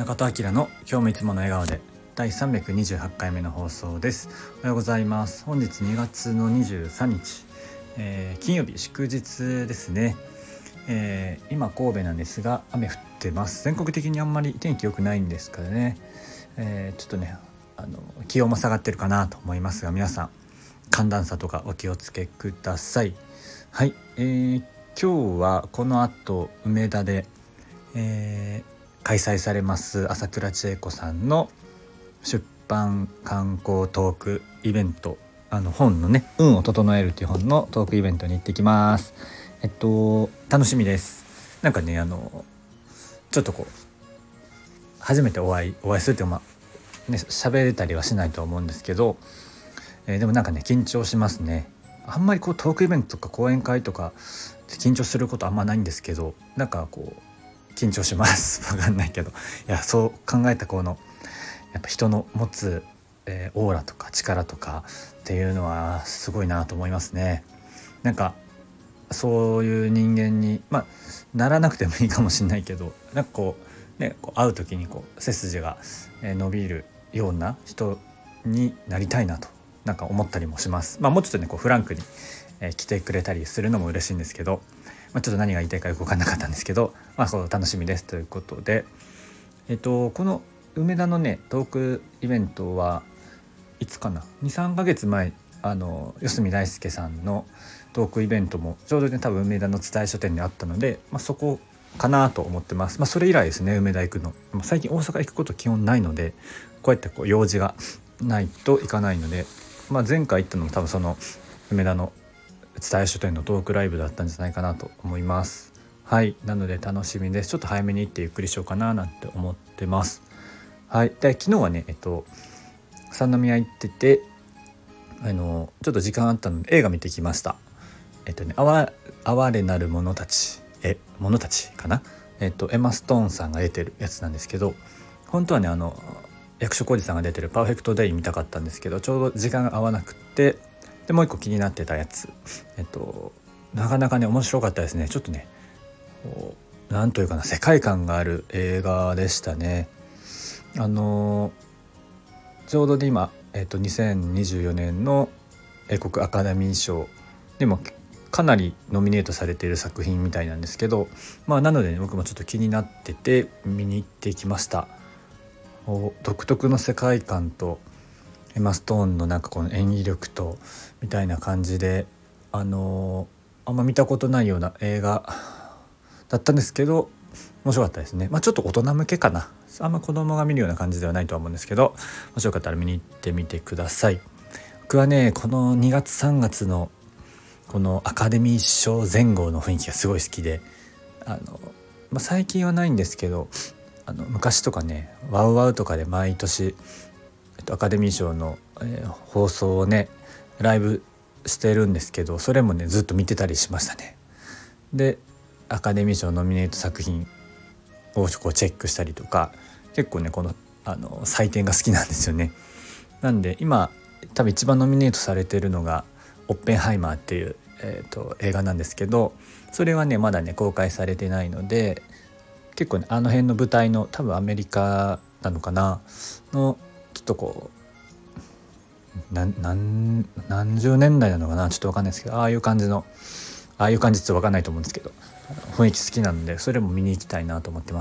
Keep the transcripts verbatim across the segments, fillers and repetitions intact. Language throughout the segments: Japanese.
中田明の今日もいつもの笑顔でだいさんびゃくにじゅうはちかいめの放送です。おはようございます。本日にがつのにじゅうさんにち、えー、金曜日祝日ですね。えー、今神戸なんですが雨降ってます。全国的にあんまり天気良くないんですからね、えー、ちょっとねあの気温も下がってるかなと思いますが、皆さん寒暖差とかお気をつけください。はい、えー、今日はこの後梅田で、えー開催されます朝倉千恵子さんの出版観光トークイベント、あの本のね運を整えるという本のトークイベントに行ってきます。えっと楽しみです。なんかねあのちょっとこう初めてお会いお会いするっていうか、まあね喋れたりはしないと思うんですけど、えー、でもなんかね緊張しますね。あんまりこうトークイベントとか講演会とか緊張することあんまないんですけど、なんかこう緊張しますわかんないけど、いやそう考えたこのやっぱ人の持つ、えー、オーラとか力とかっていうのはすごいなと思いますね。なんかそういう人間にまあならなくてもいいかもしれないけど、なんかこうねこう会う時にこう背筋が、えー、伸びるような人になりたいなとなんか思ったりもします。まあもうちょっとねこうフランクに、えー、来てくれたりするのも嬉しいんですけど、まあ、ちょっと何が言いたいかよく分かんなかったんですけど、まあ、そう楽しみですということで、えっと、この梅田のねトークイベントはいつかな に,さん ヶ月前あの四隅大輔さんのトークイベントもちょうどね多分梅田の蔦屋書店にあったので、まあ、そこかなと思ってます。まあ、それ以来ですね梅田行くの。最近大阪行くこと基本ないので、こうやってこう用事がないと行かないので、まあ、前回行ったのも多分その梅田の蔦屋書店のトークライブだったんじゃないかなと思います。はい、なので楽しみです。ちょっと早めに行ってゆっくりしようかななんて思ってます。はい、で昨日はねえっと三宮行ってて、あのちょっと時間あったので映画見てきました。えっとね哀れなる者たちえ者たちかな、えっとエマ・ストーンさんが出てるやつなんですけど、本当はねあの役所広司さんが出てるパーフェクトデイ見たかったんですけど、ちょうど時間が合わなくってでもう一個気になってたやつ、えっとなかなかね面白かったですね。ちょっとねなんというかな世界観がある映画でしたね。あのちょうどで今、えっと、にせんにじゅうよねんの英国アカデミー賞でもかなりノミネートされている作品みたいなんですけど、まあなので、ね、僕もちょっと気になってて見に行ってきました。独特の世界観とエマ・ストーンのなんかこの演技力とみたいな感じで、あのー、あんま見たことないような映画だったんですけど面白かったですね。まあちょっと大人向けかな、あんま子供が見るような感じではないとは思うんですけど、もしよかったら見に行ってみてください。僕はねこのにがつさんがつのこのアカデミー賞前後の雰囲気がすごい好きで、あの、まあ、最近はないんですけど、あの昔とかねワウワウとかで毎年アカデミー賞の、えー、放送をねライブしてるんですけど、それもねずっと見てたりしましたね。でアカデミー賞ノミネート作品をこうチェックしたりとか、結構ねこのあの採点が好きなんですよね。なんで今多分一番ノミネートされてるのがオッペンハイマーっていう、えー、と映画なんですけど、それはねまだね公開されてないので、結構ねあの辺の舞台の多分アメリカなのかなのちょっとこうな何何十年代なのかなちょっと分かんないですけど、ああいう感じのああいう感じって分かんないと思うんですけど、雰囲気好きなのでそれも見に行きたいなと思ってます。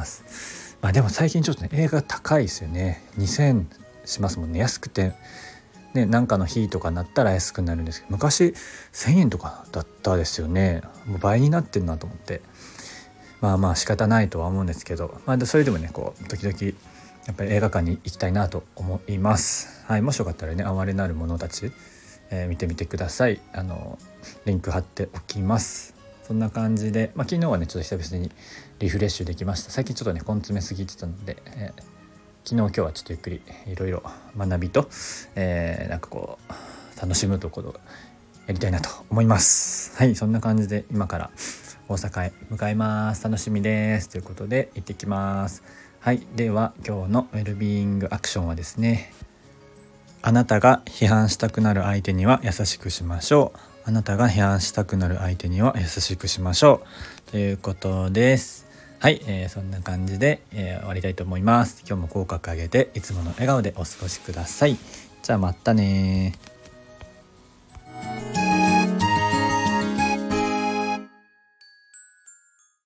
まあでも最近ちょっとね映画高いですよね。にせんしますもんね。安くてねなんかの日とかなったら安くなるんですけど、昔せんえんとかだったですよね。もう倍になってるなと思って、まあまあ仕方ないとは思うんですけど、まあそれでもねこう時々やっぱり映画館に行きたいなと思います。はい、もしよかったらね哀れなる者たち、えー、見てみてください。あのリンク貼っておきます。そんな感じで、まあ、昨日はねちょっと久々にリフレッシュできました。最近ちょっとね根詰めすぎてたので、えー、昨日今日はちょっとゆっくりいろいろ学びと、えー、なんかこう楽しむところをやりたいなと思います。はい、そんな感じで今から大阪へ向かいます。楽しみですということで行ってきます。はい、では今日のウェルビーイングアクションはですね、あなたが批判したくなる相手には優しくしましょう。あなたが批判したくなる相手には優しくしましょうということです。 はい、えー、そんな感じで、えー終わりたいと思います。今日も口角上げていつもの笑顔でお過ごしください。じゃあまたね。